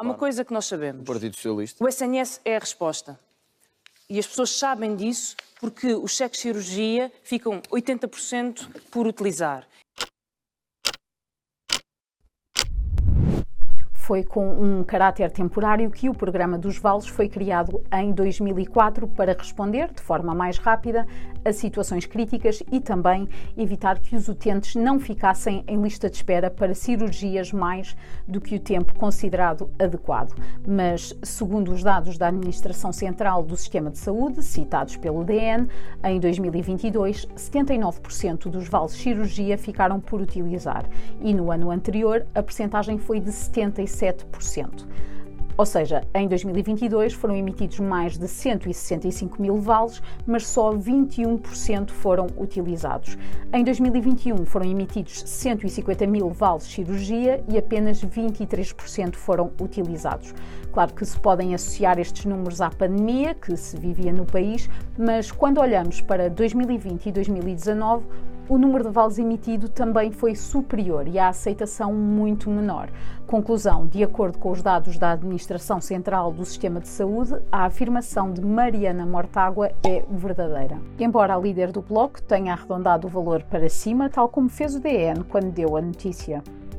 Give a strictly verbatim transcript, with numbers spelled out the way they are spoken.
Há uma coisa que nós sabemos. O Partido Socialista. O S N S é a resposta. E as pessoas sabem disso porque os cheques de cirurgia ficam oitenta por cento por utilizar. Foi com um caráter temporário que o programa dos vales foi criado em dois mil e quatro para responder de forma mais rápida a situações críticas e também evitar que os utentes não ficassem em lista de espera para cirurgias mais do que o tempo considerado adequado. Mas, segundo os dados da Administração Central do Sistema de Saúde, citados pelo D N, em dois mil e vinte e dois, setenta e nove por cento dos vales de cirurgia ficaram por utilizar e no ano anterior a percentagem foi de setenta e sete por cento. Ou seja, em dois mil e vinte e dois foram emitidos mais de cento e sessenta e cinco mil vales, mas só vinte e um por cento foram utilizados. Em dois mil e vinte e um foram emitidos cento e cinquenta mil vales de cirurgia e apenas vinte e três por cento foram utilizados. Claro que se podem associar estes números à pandemia que se vivia no país, mas quando olhamos para dois mil e vinte e dois mil e dezanove, o número de vales emitido também foi superior e a aceitação muito menor. Conclusão: de acordo com os dados da Administração Central do Sistema de Saúde, a afirmação de Mariana Mortágua é verdadeira. Embora a líder do Bloco tenha arredondado o valor para cima, tal como fez o D N quando deu a notícia.